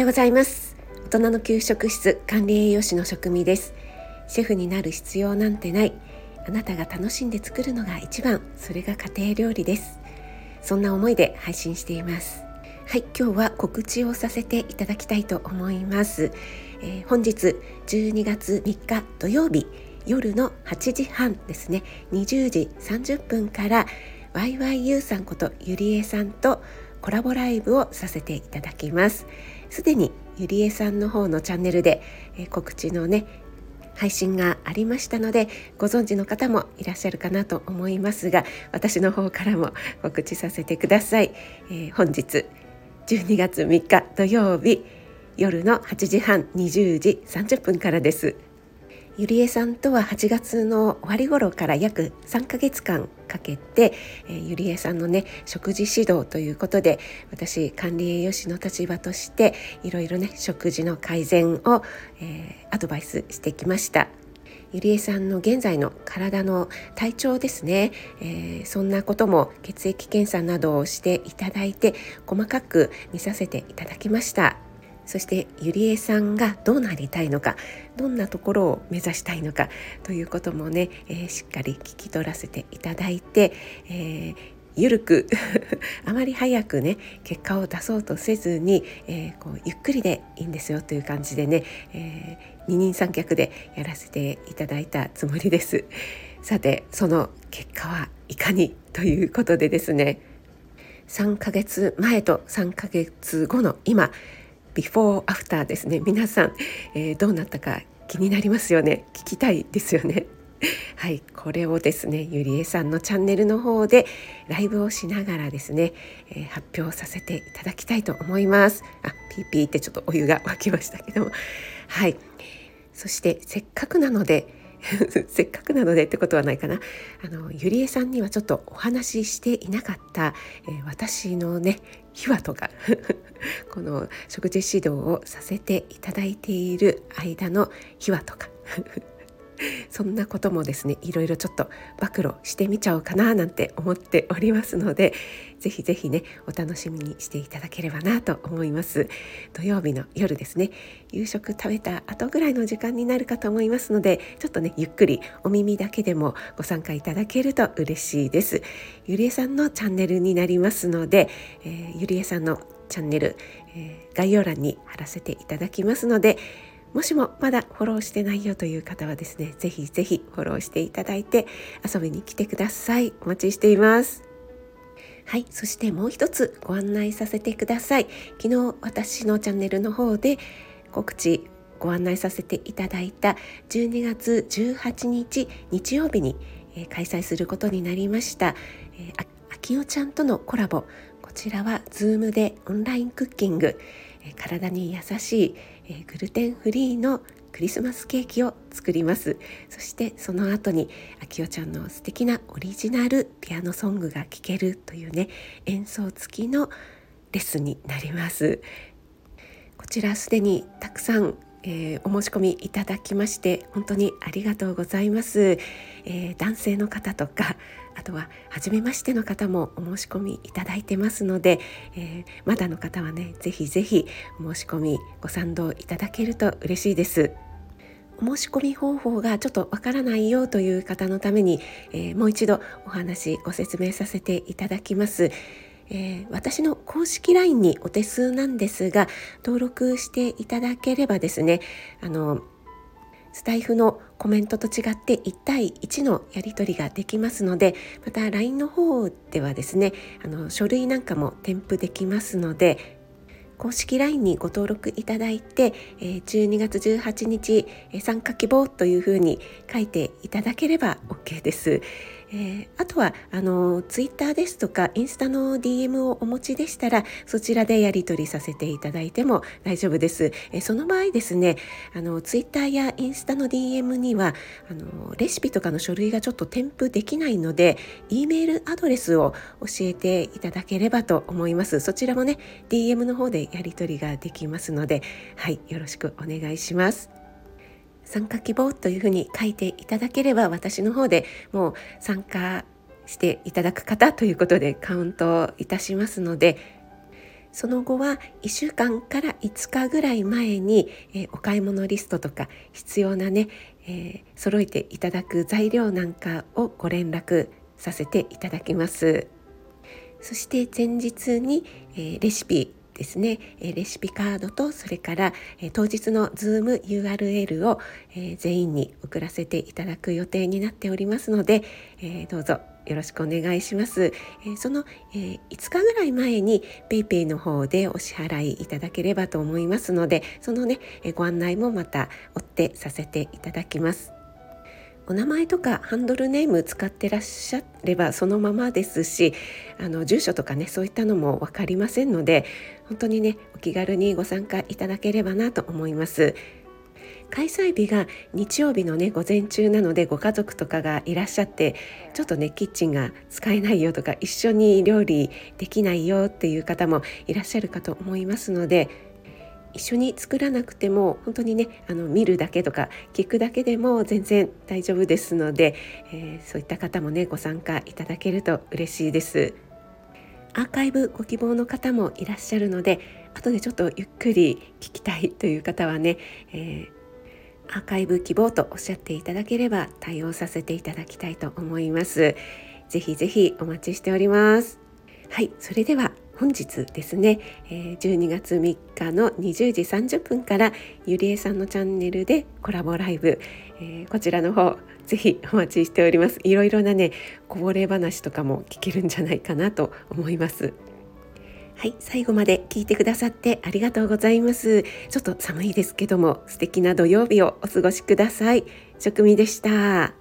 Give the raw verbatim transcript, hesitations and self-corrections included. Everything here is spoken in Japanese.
ようございます。大人の給食室管理栄養士の食味です。シェフになる必要なんてない。あなたが楽しんで作るのが一番、それが家庭料理です。そんな思いで配信しています。はい、今日は告知をさせていただきたいと思います。えー、本日じゅうにがつみっか土曜日夜のはちじはんですね、にじゅうじさんじゅっぷんから ワイワイユー さんことゆりえさんとコラボライブをさせていただきます。すでにゆりえさんの方のチャンネルで、えー、告知のね配信がありましたので、ご存知の方もいらっしゃるかなと思いますが、私の方からも告知させてください。えー、本日じゅうにがつみっか土曜日夜のはちじはんにじゅうじさんじゅっぷんからです。ゆりえさんとははちがつの終わり頃から約さんかげつかんかけて、えー、ゆりえさんのね食事指導ということで、私管理栄養士の立場としていろいろね食事の改善を、えー、アドバイスしてきました。ゆりえさんの現在の体の体調ですね、えー、そんなことも血液検査などをしていただいて細かく見させていただきました。そしてゆりえさんがどうなりたいのか、どんなところを目指したいのかということもね、えー、しっかり聞き取らせていただいて、えー、ゆるくあまり早くね結果を出そうとせずに、えー、こうゆっくりでいいんですよという感じでね、えー、二人三脚でやらせていただいたつもりです。さて、その結果はいかにということでですね、さんかげつまえとさんかげつごの今、ビフォーアフターですね。皆さん、えー、どうなったか気になりますよね。聞きたいですよね。はい、これをですねゆりえさんのチャンネルの方でライブをしながらですね、えー、発表させていただきたいと思います。あ、ピーピーってちょっとお湯が沸きましたけども、はい。そしてせっかくなのでせっかくなのでってことはないかな、あのゆりえさんにはちょっとお話ししていなかった、えー、私のね秘話とかこの食事指導をさせていただいている間の秘話とかそんなこともですねいろいろちょっと暴露してみちゃおうかななんて思っておりますので、ぜひぜひねお楽しみにしていただければなと思います。土曜日の夜ですね、夕食食べた後ぐらいの時間になるかと思いますので、ちょっとねゆっくりお耳だけでもご参加いただけると嬉しいです。ゆりえさんのチャンネルになりますので、えー、ゆりえさんのチャンネル、えー、概要欄に貼らせていただきますので、もしもまだフォローしてないよという方はですね、ぜひぜひフォローしていただいて遊びに来てください。お待ちしています。はい、そしてもう一つご案内させてください。昨日私のチャンネルの方で告知ご案内させていただいたじゅうにがつじゅうはちにち日曜日に、えー、開催することになりました、えー、あきおちゃんとのコラボ。こちらは Zoom でオンラインクッキング、えー、体に優しい、えー、グルテンフリーのクリスマスケーキを作ります。そしてその後にあきおちゃんの素敵なオリジナルピアノソングが聴けるというね演奏付きのレッスンになります。こちらすでにたくさん、えー、お申し込みいただきまして本当にありがとうございます。えー、男性の方とか、あとは初めましての方もお申し込みいただいてますので、えー、まだの方はねぜひぜひお申し込みご賛同いただけると嬉しいです。お申し込み方法がちょっとわからないよという方のために、えー、もう一度お話ご説明させていただきます。えー、私の公式 ライン にお手数なんですが登録していただければですね、あのスタイフのコメントと違っていち対いちのやり取りができますので、また ライン の方ではですね、あの書類なんかも添付できますので、公式 ライン にご登録いただいて、えー、じゅうにがつじゅうはちにち、えー、参加希望というふうに書いていただければ OK です。えー、あとはあのツイッターですとかインスタの ディーエム をお持ちでしたらそちらでやり取りさせていただいても大丈夫です。えー、その場合ですね、あのツイッターやインスタの ディーエム にはあのレシピとかの書類がちょっと添付できないので E メールアドレスを教えていただければと思います。そちらもね ディーエム の方でやり取りができますので、はい、よろしくお願いします。参加希望というふうに書いていただければ私の方でもう参加していただく方ということでカウントいたしますので、 その後はいっしゅうかんからいつかぐらい前に、えー、お買い物リストとか必要なね、えー、揃えていただく材料なんかをご連絡させていただきます。そして前日に、えー、レシピですね、えー、レシピカードとそれから、えー、当日の Zoom ユーアールエル を、えー、全員に送らせていただく予定になっておりますので、えー、どうぞよろしくお願いします。えー、その、えー、いつかぐらい前に PayPay の方でお支払いいただければと思いますので、そのね、えー、ご案内もまた追ってさせていただきます。お名前とかハンドルネーム使ってらっしゃればそのままですし、あの住所とかね、そういったのも分かりませんので、本当にねお気軽にご参加いただければなと思います。開催日が日曜日のね午前中なので、ご家族とかがいらっしゃってちょっとねキッチンが使えないよとか、一緒に料理できないよっていう方もいらっしゃるかと思いますので、一緒に作らなくても本当にねあの見るだけとか聞くだけでも全然大丈夫ですので、えー、そういった方もねご参加いただけると嬉しいです。アーカイブご希望の方もいらっしゃるので、後でちょっとゆっくり聞きたいという方はね、えー、アーカイブ希望とおっしゃっていただければ対応させていただきたいと思います。ぜひぜひお待ちしております。はい、それでは本日ですね、えー、じゅうにがつみっかのにじゅうじさんじゅっぷんからゆりえさんのチャンネルでコラボライブ、えー、こちらの方ぜひお待ちしております。いろいろなねこぼれ話とかも聞けるんじゃないかなと思います。はい、最後まで聞いてくださってありがとうございます。ちょっと寒いですけども素敵な土曜日をお過ごしください。しょくみでした。